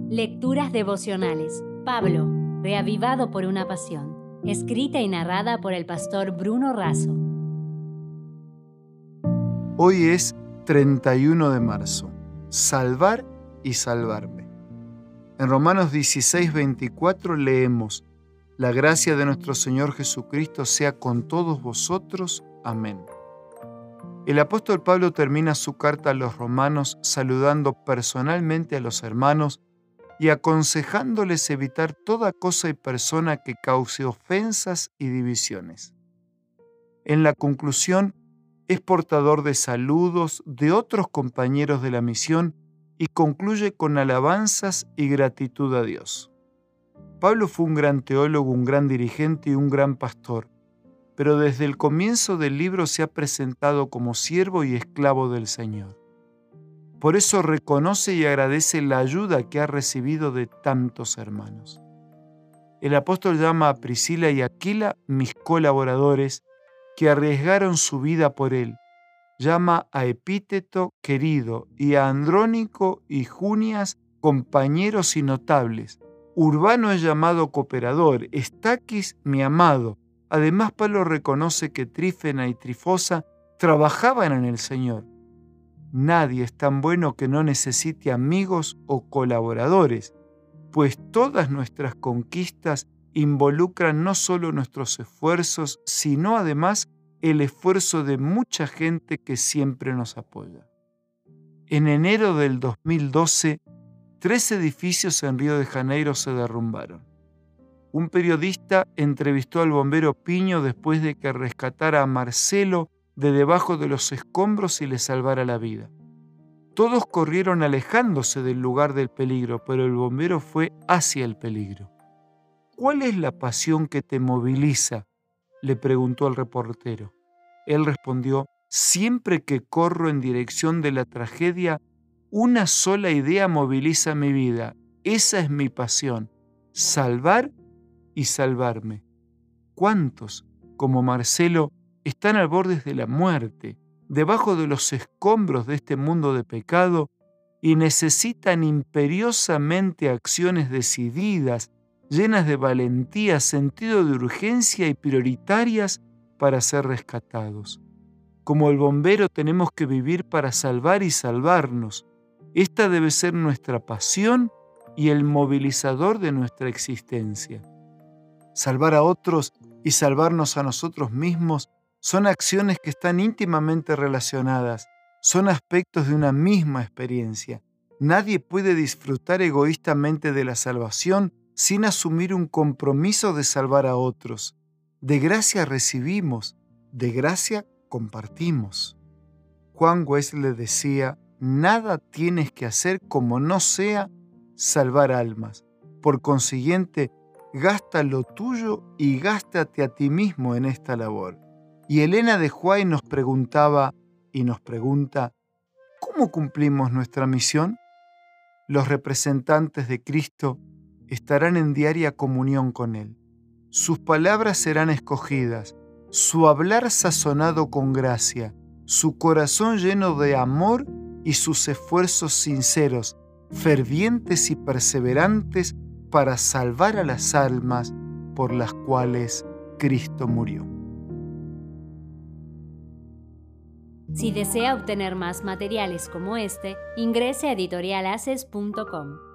Lecturas devocionales. Pablo, reavivado por una pasión. Escrita y narrada por el pastor Bruno Razo. Hoy es 31 de marzo. Salvar y salvarme. En Romanos 16:24 leemos: La gracia de nuestro Señor Jesucristo sea con todos vosotros. Amén. El apóstol Pablo termina su carta a los romanos saludando personalmente a los hermanos y aconsejándoles evitar toda cosa y persona que cause ofensas y divisiones. En la conclusión, es portador de saludos de otros compañeros de la misión y concluye con alabanzas y gratitud a Dios. Pablo fue un gran teólogo, un gran dirigente y un gran pastor, pero desde el comienzo del libro se ha presentado como siervo y esclavo del Señor. Por eso reconoce y agradece la ayuda que ha recibido de tantos hermanos. El apóstol llama a Priscila y Aquila mis colaboradores que arriesgaron su vida por él. Llama a Epíteto querido y a Andrónico y Junias compañeros y notables. Urbano es llamado cooperador, Estaquis mi amado. Además, Pablo reconoce que Trífena y Trifosa trabajaban en el Señor. Nadie es tan bueno que no necesite amigos o colaboradores, pues todas nuestras conquistas involucran no solo nuestros esfuerzos, sino además el esfuerzo de mucha gente que siempre nos apoya. En enero del 2012, 3 edificios en Río de Janeiro se derrumbaron. Un periodista entrevistó al bombero Piño después de que rescatara a Marcelo de debajo de los escombros y le salvara la vida. Todos corrieron alejándose del lugar del peligro, pero el bombero fue hacia el peligro. ¿Cuál es la pasión que te moviliza?, le preguntó al reportero. Él respondió: siempre que corro en dirección de la tragedia, una sola idea moviliza mi vida. Esa es mi pasión: salvar y salvarme. ¿Cuántos, como Marcelo, están al borde de la muerte, debajo de los escombros de este mundo de pecado, y necesitan imperiosamente acciones decididas, llenas de valentía, sentido de urgencia y prioritarias para ser rescatados? Como el bombero tenemos que vivir para salvar y salvarnos. Esta debe ser nuestra pasión y el movilizador de nuestra existencia. Salvar a otros y salvarnos a nosotros mismos son acciones que están íntimamente relacionadas, son aspectos de una misma experiencia. Nadie puede disfrutar egoístamente de la salvación sin asumir un compromiso de salvar a otros. De gracia recibimos, de gracia compartimos. Juan Wesley decía: nada tienes que hacer como no sea salvar almas. Por consiguiente, gasta lo tuyo y gástate a ti mismo en esta labor. Y Elena de Huay nos preguntaba y nos pregunta: ¿cómo cumplimos nuestra misión? Los representantes de Cristo estarán en diaria comunión con Él. Sus palabras serán escogidas, su hablar sazonado con gracia, su corazón lleno de amor y sus esfuerzos sinceros, fervientes y perseverantes para salvar a las almas por las cuales Cristo murió. Si desea obtener más materiales como este, ingrese a editorialaces.com.